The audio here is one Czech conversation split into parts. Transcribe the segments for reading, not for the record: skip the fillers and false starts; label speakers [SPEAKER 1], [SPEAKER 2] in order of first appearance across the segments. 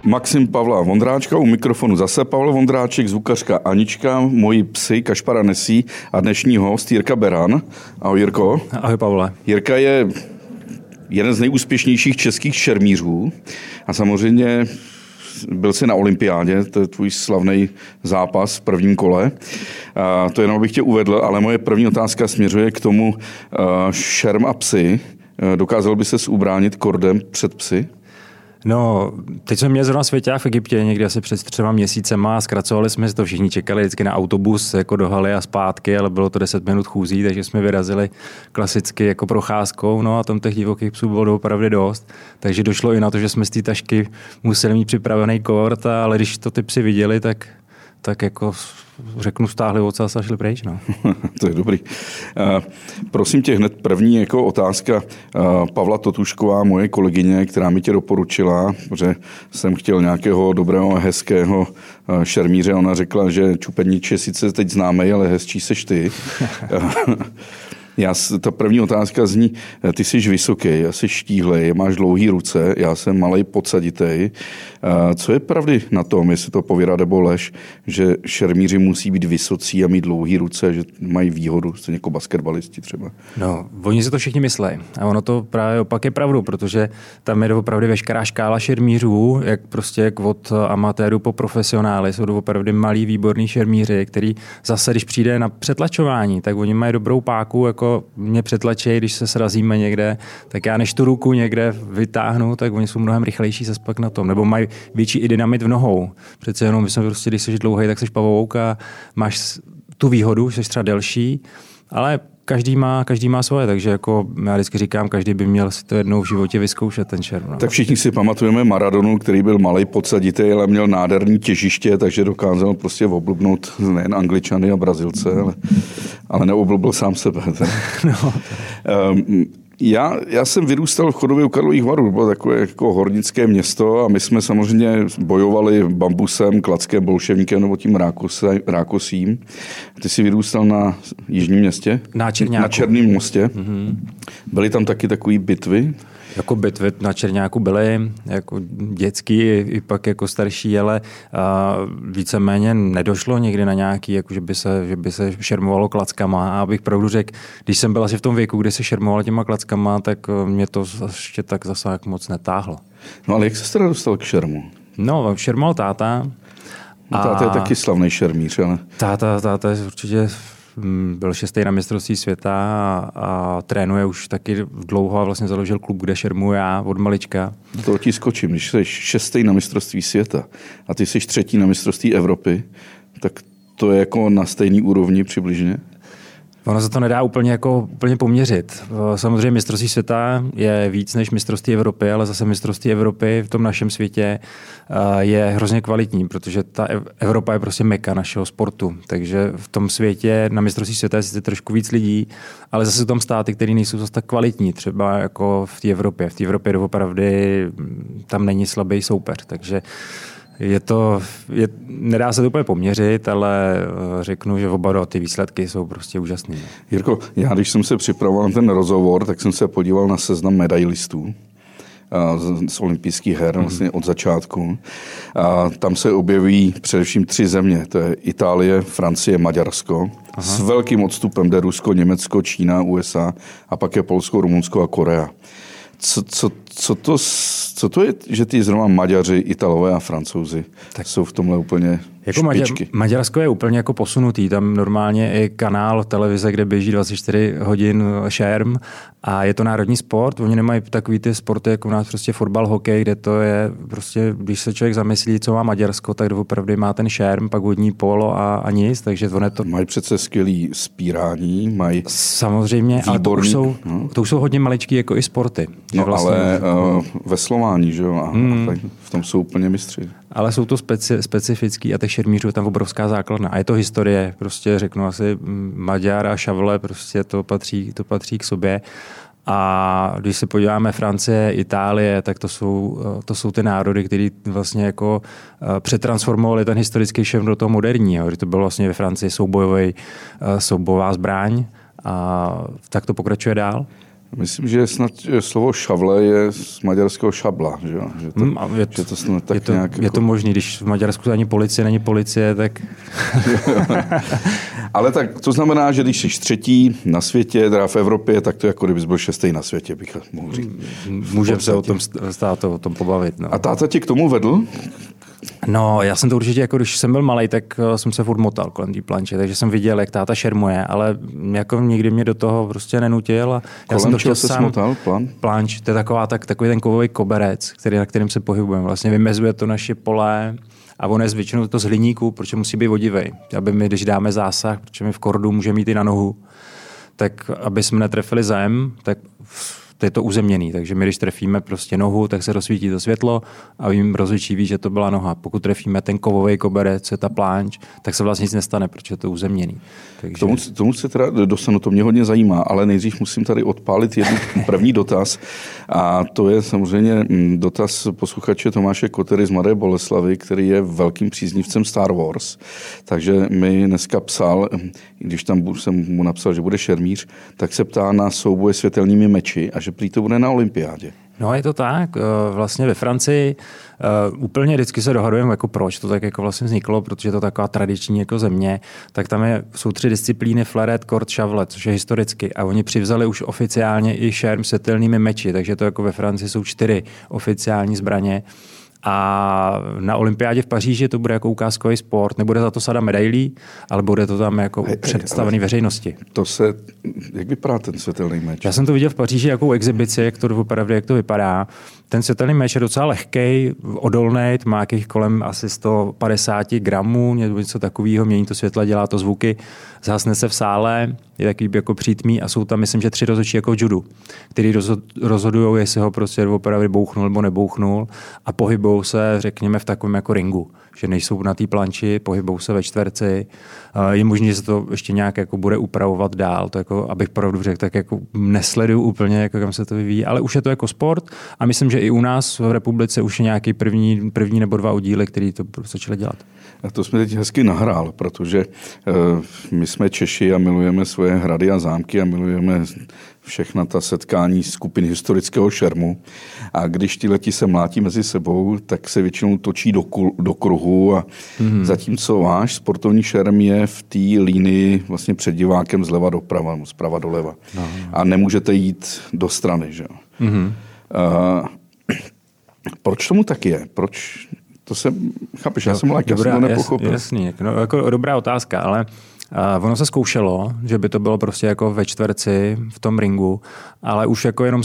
[SPEAKER 1] Maxim Pavla Vondráčka, u mikrofonu zase Pavel Vondráček, zvukařka Anička, moji psy Kašpara Nesí a dnešní host Jirka Beran. Ahoj Jirko.
[SPEAKER 2] Ahoj Pavle.
[SPEAKER 1] Jirka je jeden z nejúspěšnějších českých šermířů a samozřejmě byl jsi na olympiádě, to je tvůj slavný zápas v prvním kole. To jenom bych tě uvedl, ale moje první otázka směřuje k tomu šerm a psy. Dokázal by ses ubránit kordem před psy?
[SPEAKER 2] No, teď jsme měli zrovna svěťák v Egyptě někdy asi před 3 měsícema a zkracovali jsme si to, všichni čekali vždycky na autobus jako do haly a zpátky, ale bylo to 10 minut chůzí, takže jsme vyrazili klasicky jako procházkou, no a tam těch divokých psů bylo opravdu dost, takže došlo i na to, že jsme z té tašky museli mít připravený kort, ale když to ty psy viděli, tak jako řeknu, stáhli ocas a šli pryč. No.
[SPEAKER 1] To je dobrý. Prosím tě, hned první jako otázka. Pavla Totušková, moje kolegyně, která mi tě doporučila, že jsem chtěl nějakého dobrého a hezkého šermíře. Ona řekla, že Čupenič je sice teď známej, ale hezčí seš ty. Ta první otázka zní, ty jsi vysoký, jsi štíhlej, máš dlouhý ruce, já jsem malej podsaditej. Co je pravdy na tom, jestli to pověra nebo lež, že šermíři musí být vysocí a mít dlouhý ruce, že mají výhodu, stejně jako basketbalisti třeba?
[SPEAKER 2] No, oni si to všichni myslí. A ono to právě opak je pravdu, protože tam je opravdu veškerá škála šermířů, jak od amatéru po profesionály, jsou to opravdu malí, výborní šermíři, který zase, když přijde na přetlačování, tak oni mají dobrou páku, jako mě přetlačí, když se srazíme někde, tak já než tu ruku někde vytáhnu, tak oni jsou mnohem rychlejší zase pak na tom. Nebo mají větší i dynamit v nohou. Přece jenom, když jsi dlouhý, tak jsi pavouk a máš tu výhodu, že jsi třeba delší, ale každý má svoje, takže jako já vždycky říkám, každý by měl si to jednou v životě vyzkoušet, ten šerm. No.
[SPEAKER 1] Tak všichni si pamatujeme Maradonu, který byl malej podsaditej, ale měl nádherný těžiště, takže dokázal prostě oblbnout nejen Angličany a Brazilce, ale neoblbil sám sebe. No. Já jsem vyrůstal v Chodově u Karlových Varů, bylo takové jako hornické město a my jsme samozřejmě bojovali bambusem, klackem, bolševníkem nebo tím rákosím. Ty jsi vyrůstal na Jižním městě?
[SPEAKER 2] Na Čerňáku.
[SPEAKER 1] Na Černém mostě. Mm-hmm. Byly tam taky takové bitvy?
[SPEAKER 2] Jako bitvy na Čerňáku byly jako dětský i pak jako starší, ale víceméně nedošlo někdy na nějaký, jako že by se šermovalo klackama. A abych pravdu řekl, když jsem byl asi v tom věku, kdy se šermovalo těma klackama, tak mě to ještě tak zase jak moc netáhlo.
[SPEAKER 1] No ale jak se teda dostal k šermu?
[SPEAKER 2] No, šermoval táta.
[SPEAKER 1] No, táta je taky slavný šermíř, ale...
[SPEAKER 2] Táta je určitě... Byl 6. na mistrovství světa a trénuje už taky dlouho a vlastně založil klub, kde šermuji já od malička.
[SPEAKER 1] Do toho ti skočím, když jsi 6. na mistrovství světa a ty jsi 3. na mistrovství Evropy, tak to je jako na stejný úrovni přibližně?
[SPEAKER 2] Ono se to nedá úplně poměřit. Samozřejmě mistrovství světa je víc než mistrovství Evropy, ale zase mistrovství Evropy v tom našem světě je hrozně kvalitní, protože ta Evropa je prostě meka našeho sportu. Takže v tom světě na mistrovství světa je sice trošku víc lidí, ale zase jsou tam státy, které nejsou zase tak kvalitní, třeba jako v té Evropě. V té Evropě opravdu tam není slabý soupeř, takže nedá se to úplně poměřit, ale řeknu, že oba ty výsledky jsou prostě úžasné.
[SPEAKER 1] Jirko, já když jsem se připravoval na ten rozhovor, tak jsem se podíval na seznam medailistů z olympijských her vlastně od začátku. A tam se objeví především 3 země. To je Itálie, Francie, Maďarsko. Aha. S velkým odstupem jde Rusko, Německo, Čína, USA a pak je Polsko, Rumunsko a Korea. Co to je, že ty zrovna Maďaři, Italové a Francouzi tak jsou v tomhle úplně jako špičky?
[SPEAKER 2] Maďarsko je úplně jako posunutý. Tam normálně je kanál televize, kde běží 24 hodin šerm a je to národní sport. Oni nemají takový ty sporty, jako u nás prostě fotbal, hokej, kde to je prostě, když se člověk zamyslí, co má Maďarsko, tak opravdu má ten šerm, pak vodní polo a nic, takže to...
[SPEAKER 1] Mají přece skvělý spírání, mají...
[SPEAKER 2] Samozřejmě, ale to už jsou hodně maličký jako i sporty.
[SPEAKER 1] No vlastně... ale veslování, že jo? A v tom jsou úplně mistři.
[SPEAKER 2] Ale jsou to specifický a těch šermířů je tam obrovská základna. A je to historie, prostě řeknu asi Maďar a Šavle, prostě to patří k sobě. A když se podíváme Francie, Itálie, tak to jsou ty národy, které vlastně jako přetransformovali ten historický šerm do toho moderního. Když to bylo vlastně ve Francii soubojová zbraň a tak to pokračuje dál.
[SPEAKER 1] Myslím, že snad slovo šavle je z maďarského šabla, že jo?
[SPEAKER 2] Je to možný, když v Maďarsku ani policie není policie, tak...
[SPEAKER 1] Ale tak to znamená, že když jsi třetí na světě, teda v Evropě, tak to jako kdybys byl šestý na světě, bych mohl říct.
[SPEAKER 2] Můžeme se o tom pobavit. No.
[SPEAKER 1] A táta tě k tomu vedl?
[SPEAKER 2] No, já jsem to určitě, jako když jsem byl malej, tak jsem se furt motal kolem té planče, takže jsem viděl, jak táta šermuje, ale jako nikdy mě do toho prostě nenutil. A já jsem to chtěl sám.
[SPEAKER 1] Motal,
[SPEAKER 2] planč, to je takový ten kovový koberec, na kterým se pohybujeme. Vlastně vymezuje to naše pole a on je většinou to z hliníku, protože musí být vodivej. Aby my, když dáme zásah, protože my v kordu můžeme mít i na nohu, tak aby jsme netrefili zem, tak to je to uzemněný, takže my, když trefíme prostě nohu, tak se rozsvítí to světlo a jim rozličí ví, že to byla noha. Pokud trefíme ten kovový koberec, ta planč, tak se vlastně nic nestane, protože je to uzemněný. Takže...
[SPEAKER 1] Tomu se teda dostanu, to mě hodně zajímá, ale nejdřív musím tady odpálit jeden první dotaz a to je samozřejmě dotaz posluchače Tomáše Kotery z Mladé Boleslavi, který je velkým příznivcem Star Wars, takže mi dneska psal, když tam jsem mu napsal, že bude šermíř, tak se ptá na souboje světelnými meči a že prý to bude na olympiádě.
[SPEAKER 2] No je to tak, vlastně ve Francii úplně vždycky se dohadujeme, jako proč to tak jako vlastně vzniklo, protože to je taková tradiční jako země, tak tam jsou 3 disciplíny fleuret, kord, šavle, což je historicky a oni přivzali už oficiálně i šerm světelnými meči, takže to jako ve Francii jsou 4 oficiální zbraně. A na olympiádě v Paříži to bude jako ukázkový sport. Nebude za to sada medailí, ale bude to tam jako představený veřejnosti.
[SPEAKER 1] Jak vypadá ten světelný meč?
[SPEAKER 2] Já jsem to viděl v Paříži jakou exibici, jak to vypadá. Ten světelný meč je docela lehkej, odolný, má nějakých kolem asi 150 gramů, něco takového, mění to světla, dělá to zvuky, zhasne se v sále, je takový jako přítmý a jsou tam, myslím, že 3 rozhodčí jako v judu, který rozhodují, jestli ho prostě opravdu bouchnul nebo nebouchnul a pohybou se, řekněme, v takovém jako ringu, že nejsou na té planči, pohybou se ve čtverci. Je možné, že se to ještě nějak jako bude upravovat dál, to jako, abych pravdu řekl, tak jako nesleduju úplně, jako kam se to vyvíjí, ale už je to jako sport a myslím, že i u nás v republice už je nějaký první nebo 2 oddíly, který to začali dělat.
[SPEAKER 1] A to jsme teď hezky nahrál, protože my jsme Češi a milujeme svoje hrady a zámky a milujeme všechna ta setkání skupin historického šermu. A když ti leti se mlátí mezi sebou, tak se většinou točí do kruhu a zatímco váš sportovní šerm je v té línii vlastně před divákem zleva doprava, zprava doleva. No. A nemůžete jít do strany, že jo. Proč tomu tak je? Proč? To se, chápeš, já jsem mladý, já jsem to nepochopil.
[SPEAKER 2] Jasný, no, jako dobrá otázka, ale ono se zkoušelo, že by to bylo prostě jako ve čtverci v tom ringu, ale už jako jenom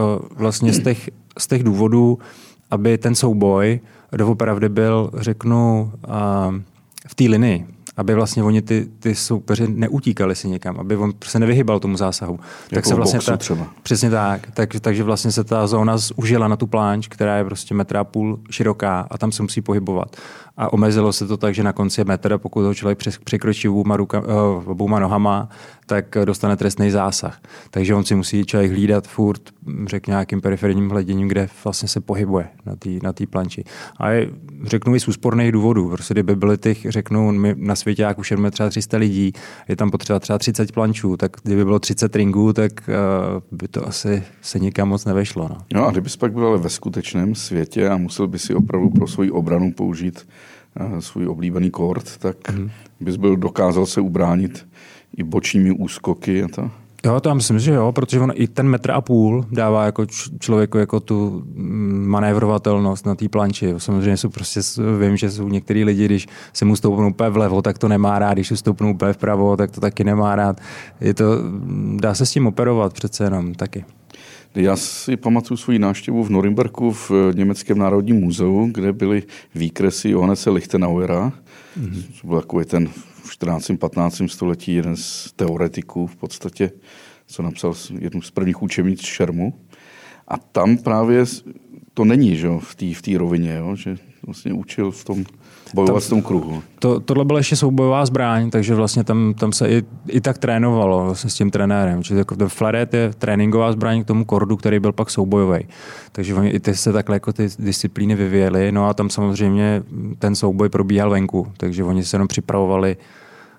[SPEAKER 2] z těch důvodů, aby ten souboj doopravdy byl, řeknu, v té linii, aby vlastně oni ty soupeři neutíkali si někam, aby on se nevyhybal tomu zásahu.
[SPEAKER 1] Jako
[SPEAKER 2] tak se vlastně
[SPEAKER 1] třeba.
[SPEAKER 2] Přesně tak. Takže vlastně se ta zóna užila na tu planč, která je prostě 1,5 m široká a tam se musí pohybovat. A omezilo se to tak, že na konci je metr a pokud ho člověk překročí obouma nohama, tak dostane trestný zásah. Takže on si musí člověk hlídat furt, řekl nějakým periferním hleděním, kde vlastně se pohybuje na té planči. A řeknu i z úsporných důvodů. Prostě kdyby byly my na světě jak už jenom třeba 300 lidí, je tam potřeba třeba 30 plančů, tak kdyby bylo 30 ringů, tak by to asi se nikam moc nevešlo.
[SPEAKER 1] No a kdybys pak byl ve skutečném světě a musel by si opravdu pro svoji obranu použít svůj oblíbený kord, tak bys dokázal se ubránit i bočními úskoky a to?
[SPEAKER 2] Jo, to já myslím, že jo, protože on i ten 1,5 m dává jako člověku jako tu manévrovatelnost na té planči. Samozřejmě vím, že jsou některý lidi, když se mu stoupnou úplně vlevo, tak to nemá rád, když se stoupnou úplně vpravo, tak to taky nemá rád. Dá se s tím operovat přece jenom taky.
[SPEAKER 1] Já si pamatuju svou návštěvu v Norimberku v Německém národním muzeu, kde byly výkresy Johannese Lichtenauera. To byl takový ten v 14. 15. století jeden z teoretiků v podstatě, co napsal jednu z prvních učebnic šermu. A tam právě to není, že, v té rovině, jo, že vlastně učil bojovat v tom kruhu.
[SPEAKER 2] Tohle byla ještě soubojová zbraň, takže vlastně tam se i tak trénovalo vlastně s tím trenérem. Čili jako ten fleuret je tréninková zbraň k tomu kordu, který byl pak soubojový. Takže oni i se takhle jako ty disciplíny vyvíjely. No a tam samozřejmě ten souboj probíhal venku, takže oni se jenom připravovali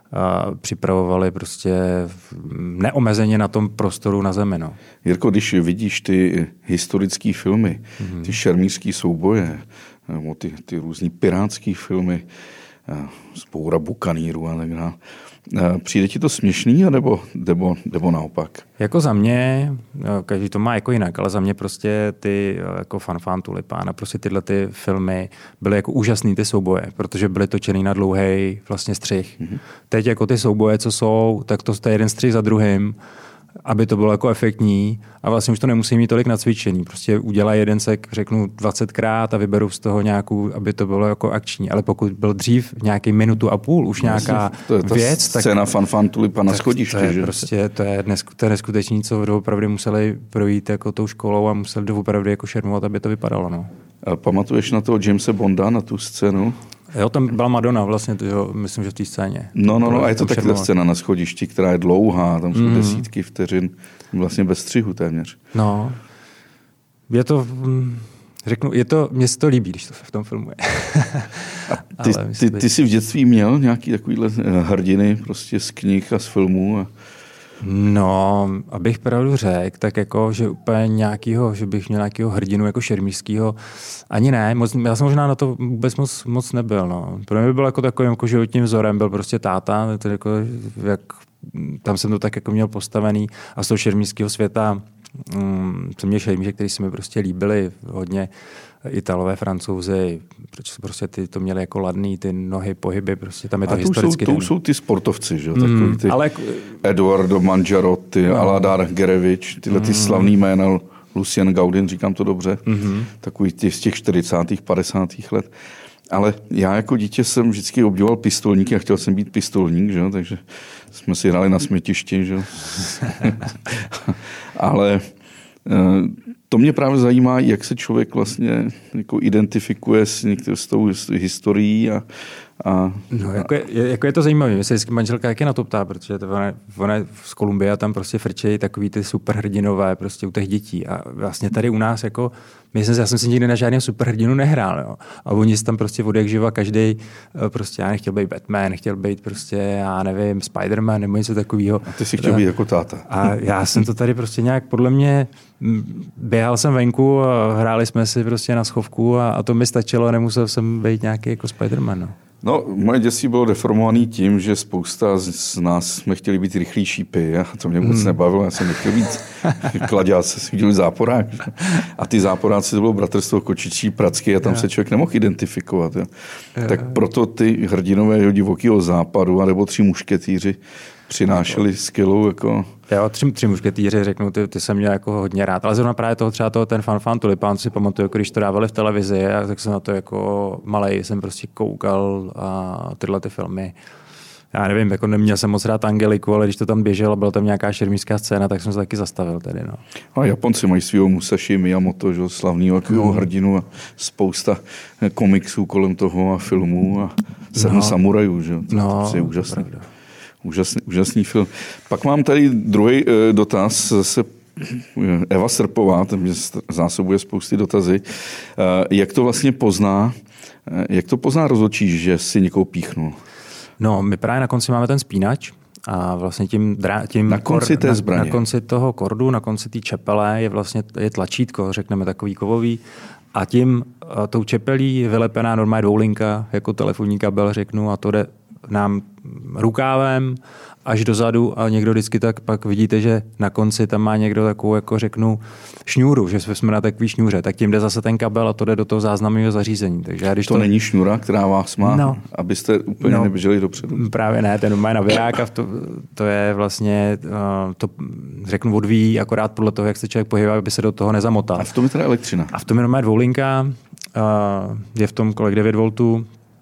[SPEAKER 2] připravovali prostě neomezeně na tom prostoru na zemi. No.
[SPEAKER 1] Jirko, když vidíš ty historické filmy, ty šermířské souboje, nebo ty různý pirátské filmy, spoura bukanýrů a tak dále, přijde ti to směšný, nebo naopak?
[SPEAKER 2] Jako za mě, každý to má jako jinak, ale za mě prostě ty jako Fanfan Tulipán a prostě tyhle ty filmy byly jako úžasný ty souboje, protože byly točený na dlouhý vlastně střih. Teď jako ty souboje, co jsou, tak to je jeden střih za druhým, aby to bylo jako efektní a vlastně už to nemusí mít tolik nacvičený. Prostě udělají jeden sek, řeknu 20krát a vyberu z toho nějakou, aby to bylo jako akční. Ale pokud byl dřív nějaký minutu a půl, už nějaká věc, tak
[SPEAKER 1] scéna Fanfan Tulipa na schodišti, že?
[SPEAKER 2] Prostě to je neskutečný, co doopravdy museli projít jako tou školou a museli doopravdy jako šermovat, aby to vypadalo. No.
[SPEAKER 1] A pamatuješ na toho Jamese Bonda, na tu scénu?
[SPEAKER 2] Jo, tam byla Madonna vlastně, to, myslím, že v té scéně.
[SPEAKER 1] No, a je to taky ta scéna na schodišti, která je dlouhá, tam jsou desítky vteřin, vlastně bez střihu téměř.
[SPEAKER 2] No, je to, řeknu, mně se to líbí, když to v tom filmu je.
[SPEAKER 1] A ty jsi v dětství měl nějaký takovýhle hrdiny prostě z knih a z filmů?
[SPEAKER 2] No, abych pravdu řekl, tak jako, že úplně nějakýho, že bych měl nějakýho hrdinu jako šermířskýho, ani ne, já jsem možná na to vůbec moc nebyl, no. Pro mě byl jako takovým jako životním vzorem, byl prostě táta, to jako, jak, tam jsem to tak jako měl postavený a z toho šermířského světa jsem měl šermíře, který se mi prostě líbily hodně, Italové, Francouzi, protože prostě ty to měli jako ladný, ty nohy, pohyby, prostě tam je to historicky.
[SPEAKER 1] To jsou ty sportovci, že? Takový ty ale... Eduardo Mangiarotti, Aladar Gerevič, tyhle ty slavný jména, Lucien Gaudin, říkám to dobře, takový ty z těch 40. 50. let. Ale já jako dítě jsem vždycky obdivoval pistolníky a chtěl jsem být pistolník, že? Takže jsme si hrali na smetišti. Že? Ale to mě právě zajímá, jak se člověk vlastně jako identifikuje s tou historií
[SPEAKER 2] No, jako je to zajímavé. Mě se vždycky manželka taky na to ptá, protože ona je z Kolumbie a tam prostě frčejí takový ty superhrdinové prostě u těch dětí. A vlastně tady u nás jako, já jsem si nikdy na žádného superhrdinu nehrál. Jo. A oni si tam prostě od jak živa každý prostě, já nechtěl být Batman, nechtěl být prostě, já nevím, Spider-Man nebo něco takového.
[SPEAKER 1] A ty si chtěl být jako táta.
[SPEAKER 2] A já jsem to tady prostě nějak, podle mě, běhal jsem venku a hráli jsme si prostě na schovku a to mi stačilo, nemusel jsem být nějaký jako Spider-Man. No.
[SPEAKER 1] No, moje dětství bylo deformované tím, že spousta z nás jsme chtěli být rychlý šípy a to mě moc nebavilo. Já jsem nechtěl být kladěc, jsem chtěl být záporák. A ty záporáci to bylo bratrstvo Kočičí Pracky a tam se člověk nemohl identifikovat. Jo. Tak proto ty hrdinové divokého západu anebo Tři mušketýři přinášeli skillu jako...
[SPEAKER 2] Jo, tři mušketýři, řeknu, ty jsem měl jako hodně rád. Ale zrovna právě toho třeba ten Fanfan Tulipán si pamatuju, jako když to dávali v televizi, tak jsem na to jako malej jsem prostě koukal a tyhle ty filmy. Já nevím, jako neměl jsem moc rád Angeliku, ale když to tam běželo, byla tam nějaká šermířská scéna, tak jsem se taky zastavil tedy, no.
[SPEAKER 1] A Japonci mají svýho Musashi Miyamoto, že, slavného hrdinu a spousta komiksů kolem toho a filmů a 7 samurajů, že. To je úžasný. Úžasný film. Pak mám tady druhý dotaz, zase Eva Srpová, tam mě zásobuje spousty dotazy. Jak to vlastně pozná rozhodčí, že si někoho píchnul?
[SPEAKER 2] No, my právě na konci máme ten spínač a vlastně tím
[SPEAKER 1] na konci té zbraně.
[SPEAKER 2] Na konci toho kordu, na konci té čepele je tlačítko, řekneme takový kovový, a tou čepelí je vylepená normálně dvoulinka, jako telefonní kabel, řeknu, a to jde nám rukávem až dozadu a někdo vždycky tak pak vidíte, že na konci tam má někdo takovou, jako řeknu, šňůru, že jsme na takový šňůře, tak tím jde zase ten kabel a to jde do toho záznamového zařízení. Takže když
[SPEAKER 1] to není šňůra, která vás má, abyste úplně neběželi dopředu?
[SPEAKER 2] Právě ne, ten má na virák a to je vlastně, to řeknu odvíjí akorát podle toho, jak se člověk pohybuje, aby se do toho nezamotal.
[SPEAKER 1] A v tom je teda elektřina?
[SPEAKER 2] A v tom je normálně dvoulinka, je v tom kolek 9 voltů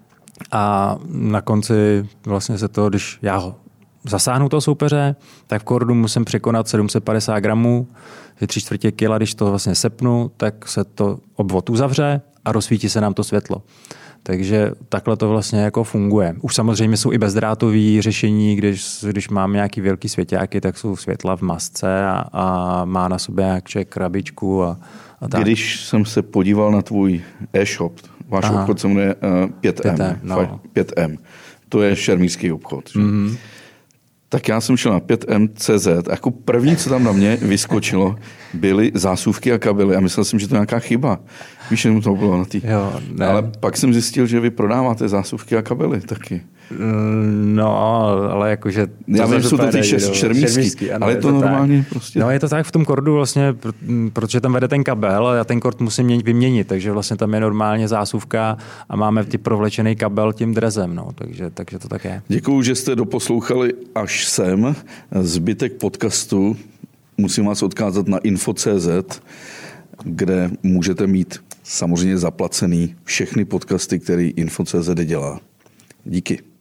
[SPEAKER 2] a na konci vlastně se to, když já ho zasáhnu toho soupeře, tak v kordu musím překonat 750 gramů, je 3/4 kila, když to vlastně sepnu, tak se to obvod uzavře a rozsvítí se nám to světlo. Takže takhle to vlastně jako funguje. Už samozřejmě jsou i bezdrátové řešení, když mám nějaký velký svěťáky, tak jsou světla v masce a má na sobě nějakou krabičku a tak.
[SPEAKER 1] Když jsem se podíval na tvůj e-shop, váš obchod se jmenuje 5M. 5M. To je šermířský obchod. Mm-hmm. Tak já jsem šel na 5M.cz a jako první, co tam na mě vyskočilo, byly zásuvky a kabely a myslel jsem, že to je nějaká chyba. Víš, jenom to bylo na tý. Ale pak jsem zjistil, že vy prodáváte zásuvky a kabely taky.
[SPEAKER 2] No, ale jakože...
[SPEAKER 1] Já vím, jsou to ty šermířský, ale je to normálně tak. Prostě...
[SPEAKER 2] No, je to tak v tom kordu vlastně, protože tam vede ten kabel a já ten kord musím vyměnit, takže vlastně tam je normálně zásuvka a máme ty provlečený kabel tím drezem, no, takže to tak je.
[SPEAKER 1] Děkuju, že jste doposlouchali až sem. Zbytek podcastu musím vás odkázat na info.cz, kde můžete mít samozřejmě zaplacený všechny podcasty, který info.cz dělá. Díky.